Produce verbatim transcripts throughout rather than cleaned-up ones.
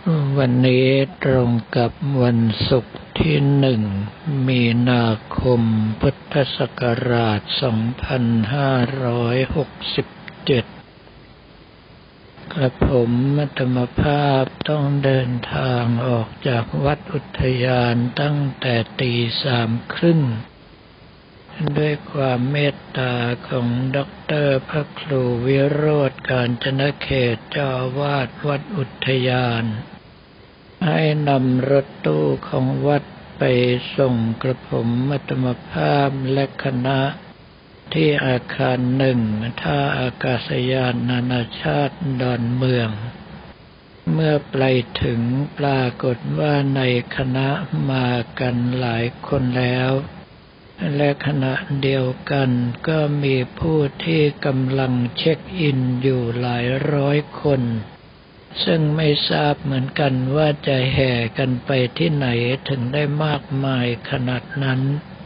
วันนี้ตรงกับวันศุกร์ที่หนึ่งมีนาคมพุทธศักราชสองพันห้าร้อยหกสิบเจ็ดกระผมมัธมภาพต้องเดินทางออกจากวัดอุทยานตั้งแต่ตีสามครึ่งด้วยความเมตตาของด็อกเตอร์พระครูวิโรจน์กาญจนเขตเจ้าอาวาสวัดอุทยานให้นำรถตู้ของวัดไปส่งกระผมมัธมภาพและคณะที่อาคารหนึ่งท่าอากาศยานนานาชาติดอนเมืองเมื่อไปถึงปรากฏว่าในคณะมากันหลายคนแล้วและขณะเดียวกันก็มีผู้ที่กำลังเช็คอินอยู่หลายร้อยคนซึ่งไม่ทราบเหมือนกันว่าจะแห่กันไปที่ไหนถึงได้มากมายขนาดนั้น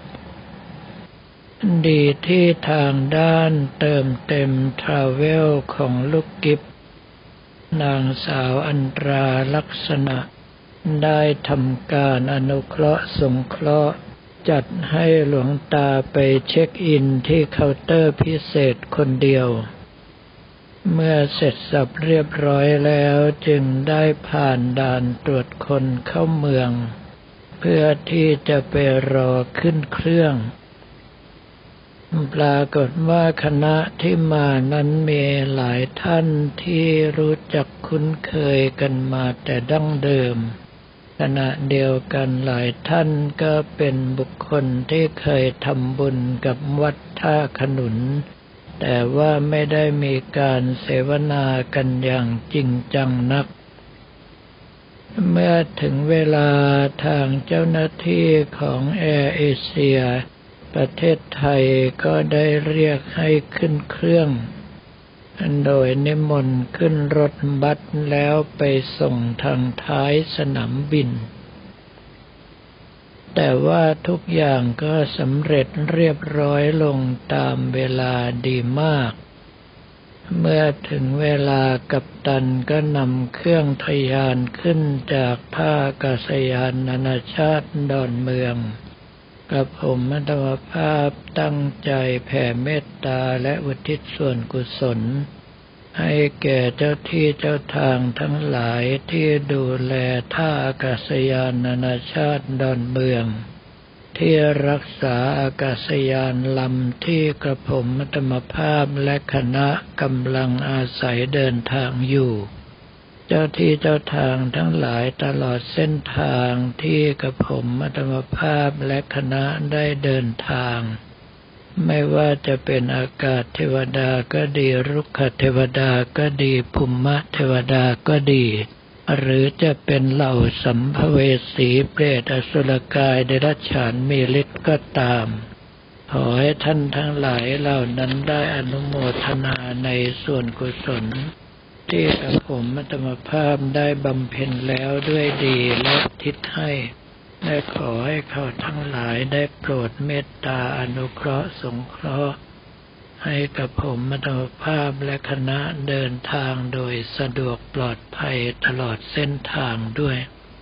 ดีที่ทางด้านเติมเต็มทราเวลของลูกกิฟนางสาวอันตราลักษณะได้ทำการอนุเคราะห์สงเคราะห์จัดให้หลวงตาไปเช็คอินที่เคาน์เตอร์พิเศษคนเดียวเมื่อเสร็จสับเรียบร้อยแล้วจึงได้ผ่านด่านตรวจคนเข้าเมืองเพื่อที่จะไปรอขึ้นเครื่องปรากฏว่าคณะที่มานั้นมีหลายท่านที่รู้จักคุ้นเคยกันมาแต่ดั้งเดิมขณะเดียวกันหลายท่านก็เป็นบุคคลที่เคยทำบุญกับวัดท่าขนุนแต่ว่าไม่ได้มีการเสวนากันอย่างจริงจังนักเมื่อถึงเวลาทางเจ้าหน้าที่ของแอร์เอเชียประเทศไทยก็ได้เรียกให้ขึ้นเครื่องโดยนิมนต์ขึ้นรถบัสแล้วไปส่งทางท้ายสนามบินแต่ว่าทุกอย่างก็สำเร็จเรียบร้อยลงตามเวลาดีมากเมื่อถึงเวลากัปตันก็นำเครื่องทะยานขึ้นจากท่าอากาศยานนานาชาติดอนเมืองกับผมมัธมภาพตั้งใจแผ่เมตตาและอุทิศส่วนกุศลให้แก่เจ้าที่เจ้าทางทั้งหลายที่ดูแลท่าอากาศยานนานาชาติดอนเมืองที่รักษาอากาศยานลำที่กระผมมัธมภาพและคณะกำลังอาศัยเดินทางอยู่เจ้าที่เจ้าทางทั้งหลายตลอดเส้นทางที่กระผมมัธมภาพและคณะได้เดินทางไม่ว่าจะเป็นอากาศเทวดาก็ดีรุกขเทวดาก็ดีภูมิเทวดาก็ดีหรือจะเป็นเหล่าสัมภเวสีเปรตอสุรกายเดรัจฉานมีฤทธิ์ก็ตามขอให้ท่านทั้งหลายเหล่านั้นได้อนุโมทนาในส่วนกุศลที่กระผมมัธมภาพได้บำเพ็ญแล้วด้วยดีและทิศให้และขอให้เขาทั้งหลายได้โปรดเมตตาอนุเคราะห์สงเคราะห์ให้กับผมมัธมภาพและคณะเดินทางโดยสะดวกปลอดภัยตลอดเส้นทางด้วย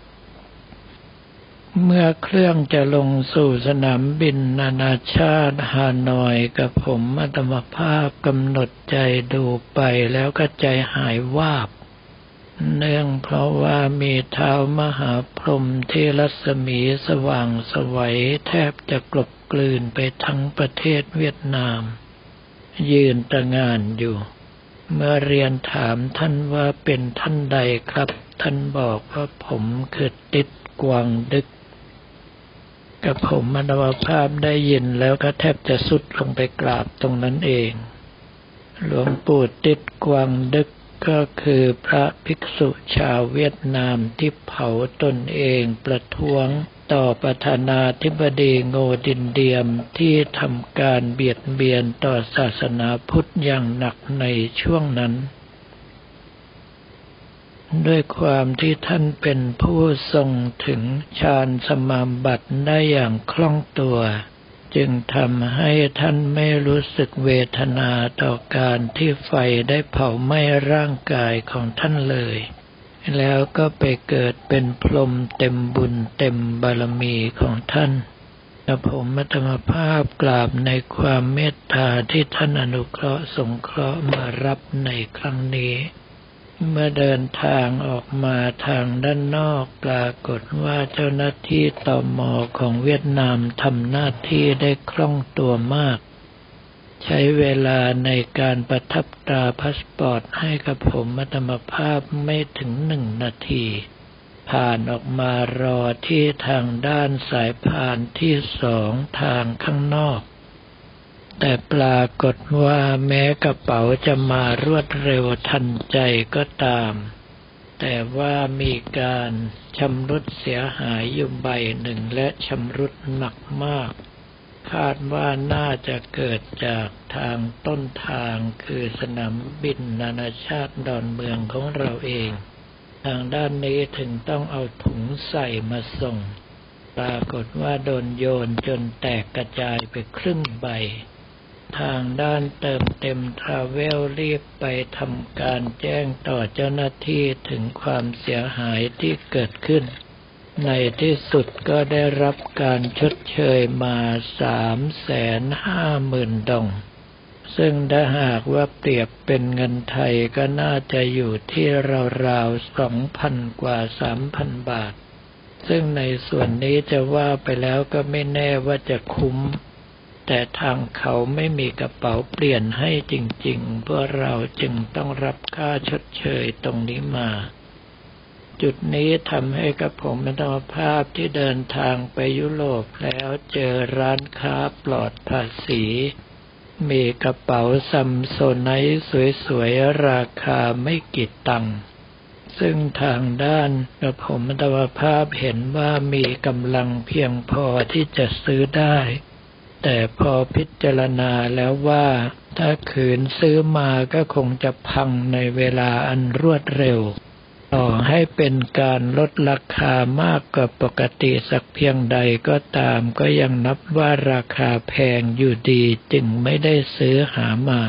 เมื่อเครื่องจะลงสู่สนามบินนานาชาติฮานอยกับผมมัธมภาพกำหนดใจดูไปแล้วก็ใจหายวาบเนื่องเพราะว่ามีเท้ามหาพรหมที่รัศมีสว่างไสวแทบจะกลบกลืนไปทั้งประเทศเวียดนามยืนตระหง่านอยู่เมื่อเรียนถามท่านว่าเป็นท่านใดครับท่านบอกว่าผมคือติดกวางดึกกับผมมัธมภาพได้ยินแล้วก็แทบจะสุดลงไปกราบตรงนั้นเองหลวงปู่ติดกวางดึกก็คือพระภิกษุชาวเวียดนามที่เผาตนเองประท้วงต่อประธานาธิบดีโงดินเดียมที่ทำการเบียดเบียนต่อศาสนาพุทธอย่างหนักในช่วงนั้นด้วยความที่ท่านเป็นผู้ทรงถึงฌานสมาบัติได้อย่างคล่องตัวจึงทำให้ท่านไม่รู้สึกเวทนาต่อการที่ไฟได้เผาไหม้ร่างกายของท่านเลยแล้วก็ไปเกิดเป็นพรหมเต็มบุญเต็มบารมีของท่านกระผมมัธรรมภาพกราบในความเมตตาที่ท่านอนุเคราะห์สงเคราะห์มารับในครั้งนี้เมื่อเดินทางออกมาทางด้านนอกปรากฏว่าเจ้าหน้าที่ตม.ของเวียดนามทำหน้าที่ได้คล่องตัวมากใช้เวลาในการประทับตราพาสปอร์ตให้กับผมมัธรรมภาพไม่ถึงหนึ่งนาทีผ่านออกมารอที่ทางด้านสายพานที่สองทางข้างนอกแต่ปรากฏว่าแม้กระเป๋าจะมารวดเร็วทันใจก็ตามแต่ว่ามีการชำรุดเสียหายอยู่ใบหนึ่งและชำรุดหนักมากคาดว่าน่าจะเกิดจากทางต้นทางคือสนามบินนานาชาติดอนเมืองของเราเองทางด้านนี้ถึงต้องเอาถุงใส่มาส่งปรากฏว่าโดนโยนจนแตกกระจายไปครึ่งใบทางด้านเติมเต็มทราเวลรีบไปทำการแจ้งต่อเจ้าหน้าที่ถึงความเสียหายที่เกิดขึ้นในที่สุดก็ได้รับการชดเชยมาสามแสนห้าหมื่นดงซึ่งถ้าหากว่าเปรียบเป็นเงินไทยก็น่าจะอยู่ที่ราวๆสองพันกว่าสามพันบาทซึ่งในส่วนนี้จะว่าไปแล้วก็ไม่แน่ว่าจะคุ้มแต่ทางเขาไม่มีกระเป๋าเปลี่ยนให้จริงๆพวกเราจึงต้องรับค่าชดเชยตรงนี้มาจุดนี้ทำให้กับผมมัธรรมภาพที่เดินทางไปยุโรปแล้วเจอร้านค้าปลอดภาษีมีกระเป๋าซัมโซไนท์สวยๆราคาไม่กี่ตังค์ซึ่งทางด้านกระผมมัธรรมภาพเห็นว่ามีกำลังเพียงพอที่จะซื้อได้แต่พอพิจารณาแล้วว่าถ้าขืนซื้อมาก็คงจะพังในเวลาอันรวดเร็วต่อให้เป็นการลดราคามากกว่าปกติสักเพียงใดก็ตามก็ยังนับว่าราคาแพงอยู่ดีจึงไม่ได้ซื้อหามา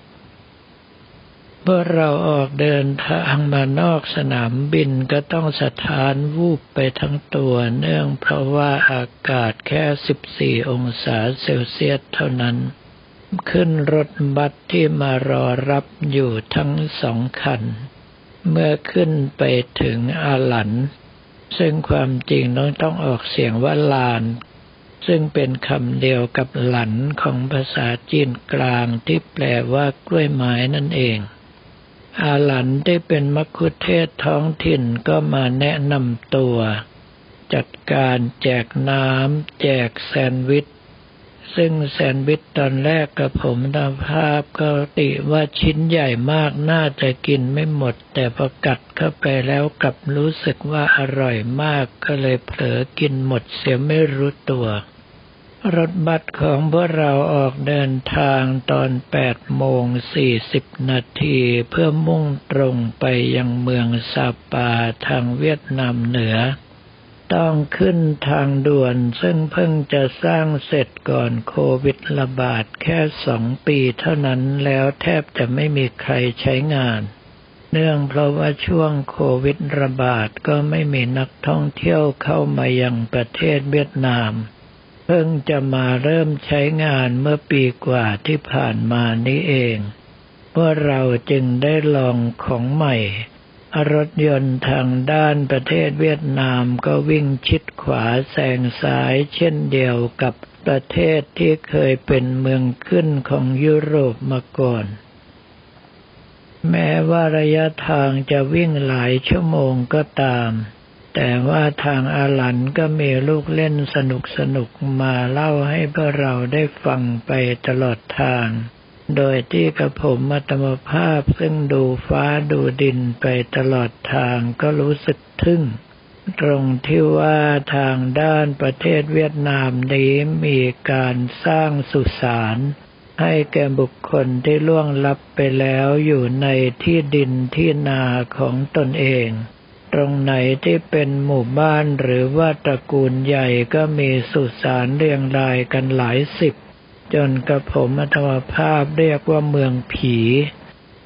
เมื่อเราออกเดินทางมานอกสนามบินก็ต้องสะท้านวูบไปทั้งตัวเนื่องเพราะว่าอากาศแค่สิบสี่องศาเซลเซียสเท่านั้นขึ้นรถบัสที่มารอรับอยู่ทั้งสองคันเมื่อขึ้นไปถึงอาหลันซึ่งความจริงน้องต้องออกเสียงว่าลานซึ่งเป็นคำเดียวกับหลันของภาษาจีนกลางที่แปลว่ากล้วยไม้นั่นเองอาหลันที่เป็นมัคคุเทศก์ท้องถิ่นก็มาแนะนำตัวจัดการแจกน้ำแจกแซนด์วิชซึ่งแซนด์วิชตอนแรกกับผมตามภาพก็ติว่าชิ้นใหญ่มากน่าจะกินไม่หมดแต่พอกัดเข้าไปแล้วกลับรู้สึกว่าอร่อยมากก็เลยเผลอกินหมดเสียไม่รู้ตัวรถบัสของพวกเราออกเดินทางตอนแปดโมงสี่สิบนาทีเพื่อมุ่งตรงไปยังเมืองซาปาทางเวียดนามเหนือต้องขึ้นทางด่วนซึ่งเพิ่งจะสร้างเสร็จก่อนโควิดระบาดแค่สองปีเท่านั้นแล้วแทบจะไม่มีใครใช้งานเนื่องเพราะว่าช่วงโควิดระบาดก็ไม่มีนักท่องเที่ยวเข้ามายังประเทศเวียดนามเพิ่งจะมาเริ่มใช้งานเมื่อปีกว่าที่ผ่านมานี้เองพวกเราจึงได้ลองของใหม่รถยนต์ทางด้านประเทศเวียดนามก็วิ่งชิดขวาแซงซ้ายเช่นเดียวกับประเทศที่เคยเป็นเมืองขึ้นของยุโรปมาก่อนแม้ว่าระยะทางจะวิ่งหลายชั่วโมงก็ตามแต่ว่าทางอาหลันก็มีลูกเล่นสนุกๆมาเล่าให้พวกเราได้ฟังไปตลอดทางโดยที่กระผมมัธรรมภาพซึ่งดูฟ้าดูดินไปตลอดทางก็รู้สึกทึ่งตรงที่ว่าทางด้านประเทศเวียดนามนี้มีการสร้างสุสานให้แก่บุคคลที่ล่วงลับไปแล้วอยู่ในที่ดินที่นาของตนเองตรงไหนที่เป็นหมู่บ้านหรือว่าตระกูลใหญ่ก็มีสุสานเรียงรายกันหลายสิบจนกระผมมัธรรมภาพเรียกว่าเมืองผี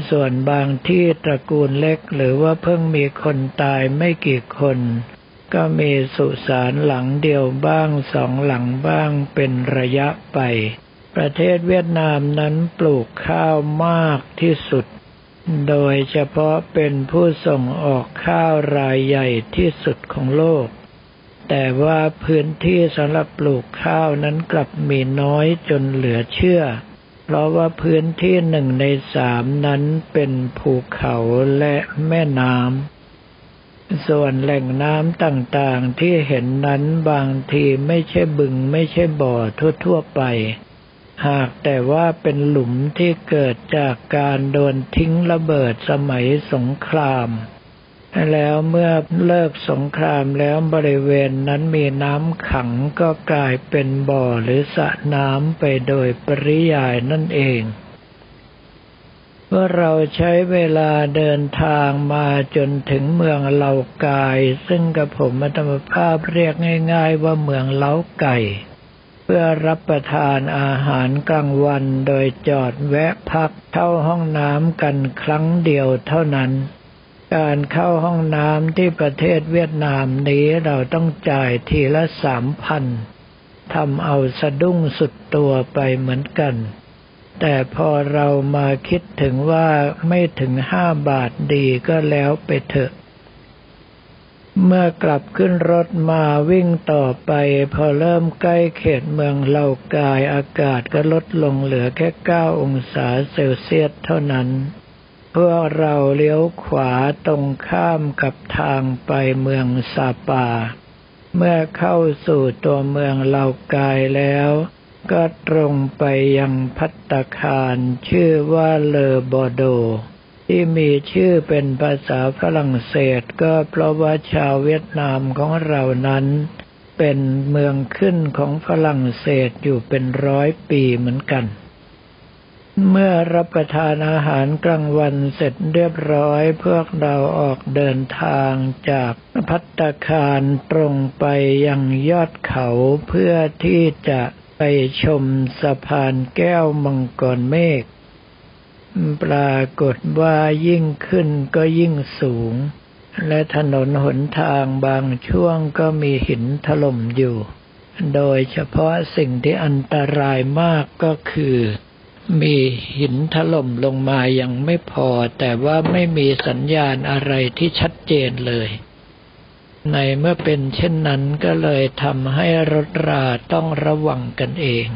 ส่วนบางที่ตระกูลเล็กหรือว่าเพิ่งมีคนตายไม่กี่คนก็มีสุสานหลังเดียวบ้างสองหลังบ้างเป็นระยะไปประเทศเวียดนามนั้นปลูกข้าวมากที่สุดโดยเฉพาะเป็นผู้ส่งออกข้าวรายใหญ่ที่สุดของโลกแต่ว่าพื้นที่สำหรับปลูกข้าวนั้นกลับมีน้อยจนเหลือเชื่อเพราะว่าพื้นที่หนึ่งในสามนั้นเป็นภูเขาและแม่น้ำส่วนแหล่งน้ำต่างๆที่เห็นนั้นบางทีไม่ใช่บึงไม่ใช่บ่อทั่วๆไปหากแต่ว่าเป็นหลุมที่เกิดจากการโดนทิ้งระเบิดสมัยสงครามแล้วเมื่อเลิกสงครามแล้วบริเวณนั้นมีน้ำขังก็กลายเป็นบ่อหรือสระน้ำไปโดยปริยายนั่นเองเมื่อเราใช้เวลาเดินทางมาจนถึงเมืองเลากายซึ่งกับผมอัตมภาพเรียกง่ายๆว่าเมืองเล้าไก่เพื่อรับประทานอาหารกลางวันโดยจอดแวะพักเข้าห้องน้ำกันครั้งเดียวเท่านั้นการเข้าห้องน้ำที่ประเทศเวียดนามนี้เราต้องจ่ายทีละสามพันทำเอาสะดุ้งสุดตัวไปเหมือนกันแต่พอเรามาคิดถึงว่าไม่ถึงห้าบาทดีก็แล้วไปเถอะเมื่อกลับขึ้นรถมาวิ่งต่อไปพอเริ่มใกล้เขตเมืองเลากายอากาศก็ลดลงเหลือแค่เก้าองศาเซลเซียสเท่านั้นเพื่อเราเลี้ยวขวาตรงข้ามกับทางไปเมืองซาปาเมื่อเข้าสู่ตัวเมืองเลากายแล้วก็ตรงไปยังภัตตาคารชื่อว่าเลอบอโดที่มีชื่อเป็นภาษาฝรั่งเศสก็เพราะว่าชาวเวียดนามของเรานั้นเป็นเมืองขึ้นของฝรั่งเศสอยู่เป็นร้อยปีเหมือนกันเมื่อรับประทานอาหารกลางวันเสร็จเรียบร้อยพวกเราออกเดินทางจากภัตตาคารตรงไปยังยอดเขาเพื่อที่จะไปชมสะพานแก้วมังกรเมฆปรากฏว่ายิ่งขึ้นก็ยิ่งสูงและถนนหนทางบางช่วงก็มีหินถล่มอยู่โดยเฉพาะสิ่งที่อันตรายมากก็คือมีหินถล่มลงมายังไม่พอแต่ว่าไม่มีสัญญาณอะไรที่ชัดเจนเลยในเมื่อเป็นเช่นนั้นก็เลยทำให้รถราต้องระวังกันเอง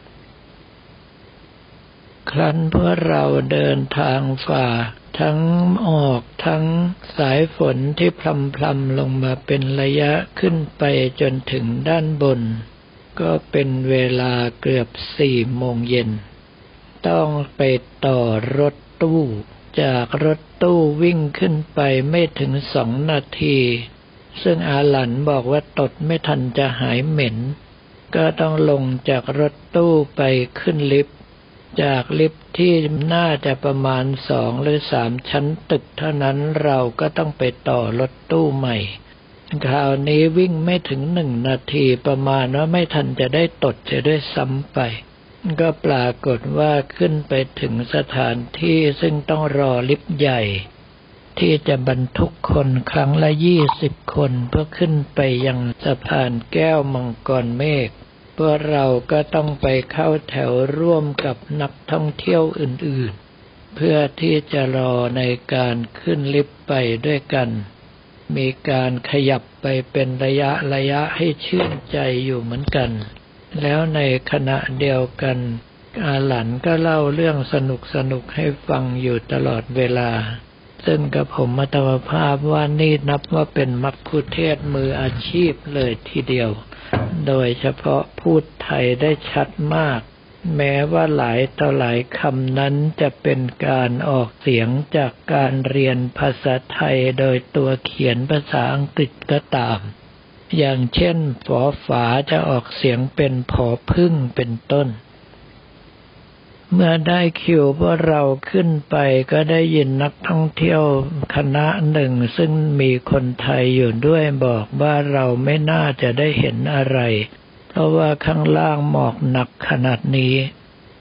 ครั้นพวกเราเดินทางฝ่าทั้งออกทั้งสายฝนที่พรำๆลงมาเป็นระยะขึ้นไปจนถึงด้านบนก็เป็นเวลาเกือบสี่โมงเย็นต้องไปต่อรถตู้จากรถตู้วิ่งขึ้นไปไม่ถึงสองนาทีซึ่งอาหลันบอกว่าตดไม่ทันจะหายเหม็นก็ต้องลงจากรถตู้ไปขึ้นลิฟต์จากลิฟต์ที่น่าจะประมาณสองหรือสามชั้นตึกเท่านั้นเราก็ต้องไปต่อรถตู้ใหม่คราวนี้วิ่งไม่ถึงหนึ่งนาทีประมาณว่าไม่ทันจะได้ตดจะได้ซ้ำไปก็ปรากฏว่าขึ้นไปถึงสถานที่ซึ่งต้องรอลิฟต์ใหญ่ที่จะบรรทุกคนครั้งละยี่สิบคนเพื่อขึ้นไปยังสะพานแก้วมังกรเมฆพวกเราก็ต้องไปเข้าแถวร่วมกับนักท่องเที่ยวอื่นๆเพื่อที่จะรอในการขึ้นลิฟต์ไปด้วยกันมีการขยับไปเป็นระยะระยะให้ชื่นใจอยู่เหมือนกันแล้วในขณะเดียวกันอาหลันก็เล่าเรื่องสนุกๆให้ฟังอยู่ตลอดเวลาซึ่งกับผมอัตมภาพว่านี่นับว่าเป็นมัคคุเทศก์มืออาชีพเลยทีเดียวโดยเฉพาะพูดไทยได้ชัดมากแม้ว่าหลายต่อหลายคำนั้นจะเป็นการออกเสียงจากการเรียนภาษาไทยโดยตัวเขียนภาษาอังกฤษก็ตามอย่างเช่นฝอฝาจะออกเสียงเป็นผอพึ่งเป็นต้นเมื่อได้คิวพวกเราขึ้นไปก็ได้ยินนักท่องเที่ยวคณะหนึ่งซึ่งมีคนไทยอยู่ด้วยบอกว่าเราไม่น่าจะได้เห็นอะไรเพราะว่าข้างล่างหมอกหนักขนาดนี้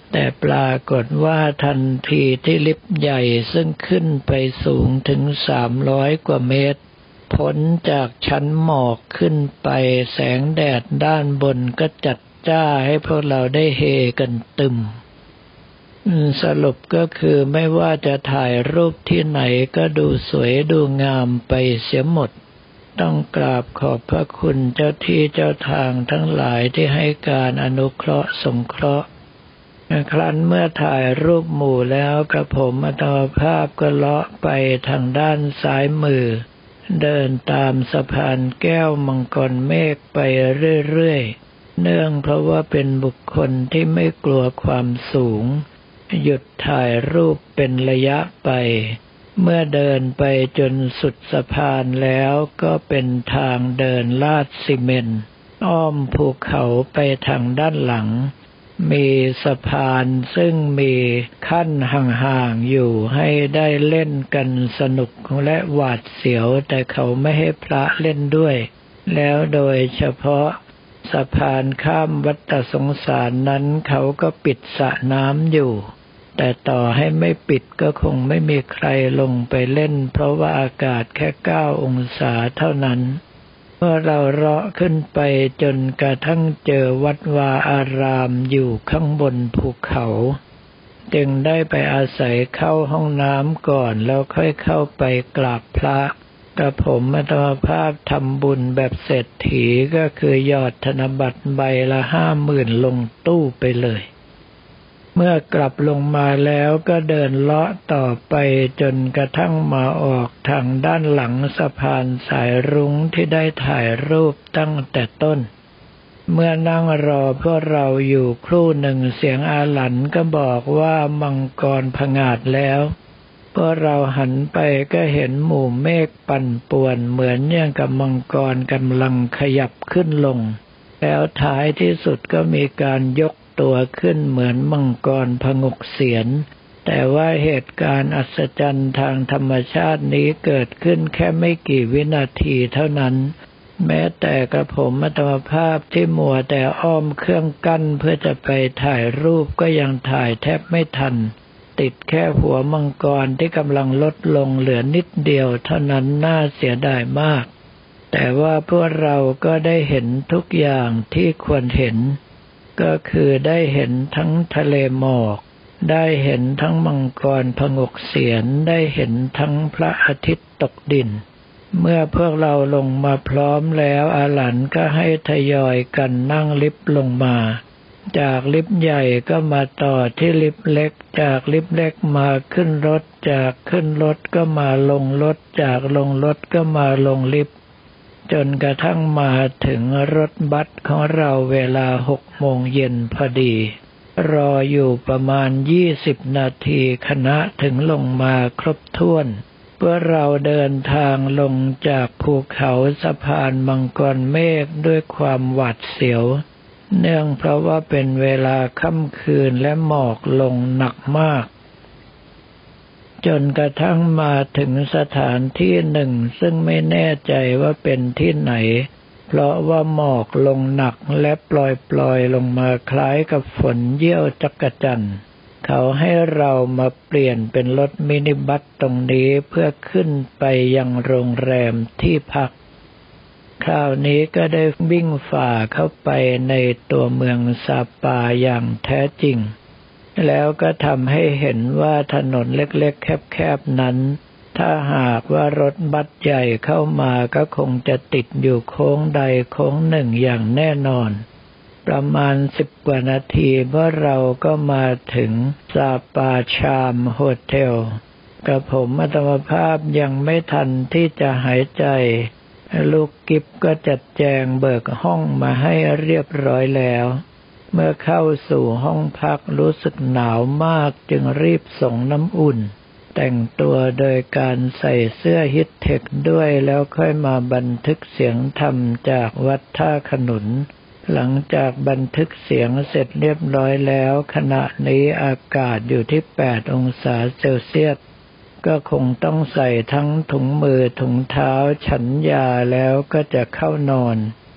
แต่ปรากฏว่าทันทีที่ลิฟต์ใหญ่ซึ่งขึ้นไปสูงถึงสามร้อยกว่าเมตรพ้นจากชั้นหมอกขึ้นไปแสงแดดด้านบนก็จัดจ้าให้พวกเราได้เฮกันตึมสรุปก็คือไม่ว่าจะถ่ายรูปที่ไหนก็ดูสวยดูงามไปเสียหมดต้องกราบขอบพระคุณเจ้าที่เจ้าทางทั้งหลายที่ให้การอนุเคราะห์สงเคราะห์ครั้นเมื่อถ่ายรูปหมู่แล้วกระผมอัตภาพก็เลาะไปทางด้านซ้ายมือเดินตามสะพานแก้วมังกรเมฆไปเรื่อยๆเนื่องเพราะว่าเป็นบุคคลที่ไม่กลัวความสูงหยุดถ่ายรูปเป็นระยะไปเมื่อเดินไปจนสุดสะพานแล้วก็เป็นทางเดินลาดซีเมนต์อ้อมภูเขาไปทางด้านหลังมีสะพานซึ่งมีขั้นห่างๆอยู่ให้ได้เล่นกันสนุกและหวาดเสียวแต่เขาไม่ให้พระเล่นด้วยแล้วโดยเฉพาะสะพานข้ามวัฏสงสารนั้นเขาก็ปิดสระน้ำอยู่แต่ต่อให้ไม่ปิดก็คงไม่มีใครลงไปเล่นเพราะว่าอากาศแค่เก้าองศาเท่านั้นเมื่อเราเลาะขึ้นไปจนกระทั่งเจอวัดวาอารามอยู่ข้างบนภูเขาจึงได้ไปอาศัยเข้าห้องน้ำก่อนแล้วค่อยเข้าไปกราบพระกระผมอัตภาพทำบุญแบบเศรษฐีก็คือหยอดธนบัตรใบละห้าหมื่นลงตู้ไปเลยเมื่อกลับลงมาแล้วก็เดินเลาะต่อไปจนกระทั่งมาออกทางด้านหลังสะพานสายรุ้งที่ได้ถ่ายรูปตั้งแต่ต้นเมื่อนั่งรอพวกเราอยู่ครู่หนึ่งเสียงอาหลันก็บอกว่ามังกรผงาดแล้วพวกเราหันไปก็เห็นหมู่เมฆปั่นป่วนเหมือนอย่างกับมังกรกำลังขยับขึ้นลงแล้วท้ายที่สุดก็มีการยกตัวขึ้นเหมือนมังกรผงกเสียนแต่ว่าเหตุการณ์อัศจรรย์ทางธรรมชาตินี้เกิดขึ้นแค่ไม่กี่วินาทีเท่านั้นแม้แต่กระผมอัตภาพที่มัวแต่อ้อมเครื่องกั้นเพื่อจะไปถ่ายรูปก็ยังถ่ายแทบไม่ทันติดแค่หัวมังกรที่กำลังลดลงเหลือนิดเดียวเท่านั้นน่าเสียดายมากแต่ว่าพวกเราก็ได้เห็นทุกอย่างที่ควรเห็นก็คือได้เห็นทั้งทะเลหมอกได้เห็นทั้งมังกรผงกเสียนได้เห็นทั้งพระอาทิตย์ตกดินเมื่อพวกเราลงมาพร้อมแล้วอาหลันก็ให้ทยอยกันนั่งลิฟต์ลงมาจากลิฟต์ใหญ่ก็มาต่อที่ลิฟต์เล็กจากลิฟต์เล็กมาขึ้นรถจากขึ้นรถก็มาลงรถจากลงรถก็มาลงลิฟต์จนกระทั่งมาถึงรถบัสของเราเวลาหกโมงเย็นพอดีรออยู่ประมาณยี่สิบนาทีคณะถึงลงมาครบถ้วนเพื่อเราเดินทางลงจากภูเขาสะพานมังกรเมฆด้วยความหวาดเสียวเนื่องเพราะว่าเป็นเวลาค่ำคืนและหมอกลงหนักมากจนกระทั่งมาถึงสถานที่หนึ่งซึ่งไม่แน่ใจว่าเป็นที่ไหนเพราะว่าหมอกลงหนักและปล่อยๆลงมาคล้ายกับฝนเยี่ยวจักจั่นเขาให้เรามาเปลี่ยนเป็นรถมินิบัสตรงนี้เพื่อขึ้นไปยังโรงแรมที่พักคราวนี้ก็ได้วิ่งฝ่าเข้าไปในตัวเมืองซาปาอย่างแท้จริงแล้วก็ทำให้เห็นว่าถนนเล็กๆแคบๆนั้นถ้าหากว่ารถบัสใหญ่เข้ามาก็คงจะติดอยู่โค้งใดโค้งหนึ่งอย่างแน่นอนประมาณสิบกว่านาทีเมื่อเราก็มาถึงซาปาชามโฮเทลกระผมอัตภาพยังไม่ทันที่จะหายใจลูกกิฟก็จัดแจงเบิกห้องมาให้เรียบร้อยแล้วเมื่อเข้าสู่ห้องพักรู้สึกหนาวมากจึงรีบส่งน้ำอุ่นแต่งตัวโดยการใส่เสื้อฮิตเทคด้วยแล้วค่อยมาบันทึกเสียงธรรมจากวัดท่าขนุนหลังจากบันทึกเสียงเสร็จเรียบร้อยแล้วขณะนี้อากาศอยู่ที่แปดองศาเซลเซียสก็คงต้องใส่ทั้งถุงมือถุงเท้าฉันยาแล้วก็จะเข้านอน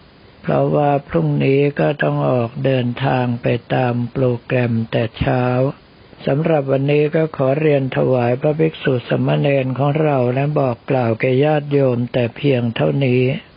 เพราะว่าพรุ่งนี้ก็ต้องออกเดินทางไปตามโปรแกรมแต่เช้าสำหรับวันนี้ก็ขอเรียนถวายพระภิกษุสามเณรของเราและบอกกล่าวแก่ญาติโยมแต่เพียงเท่านี้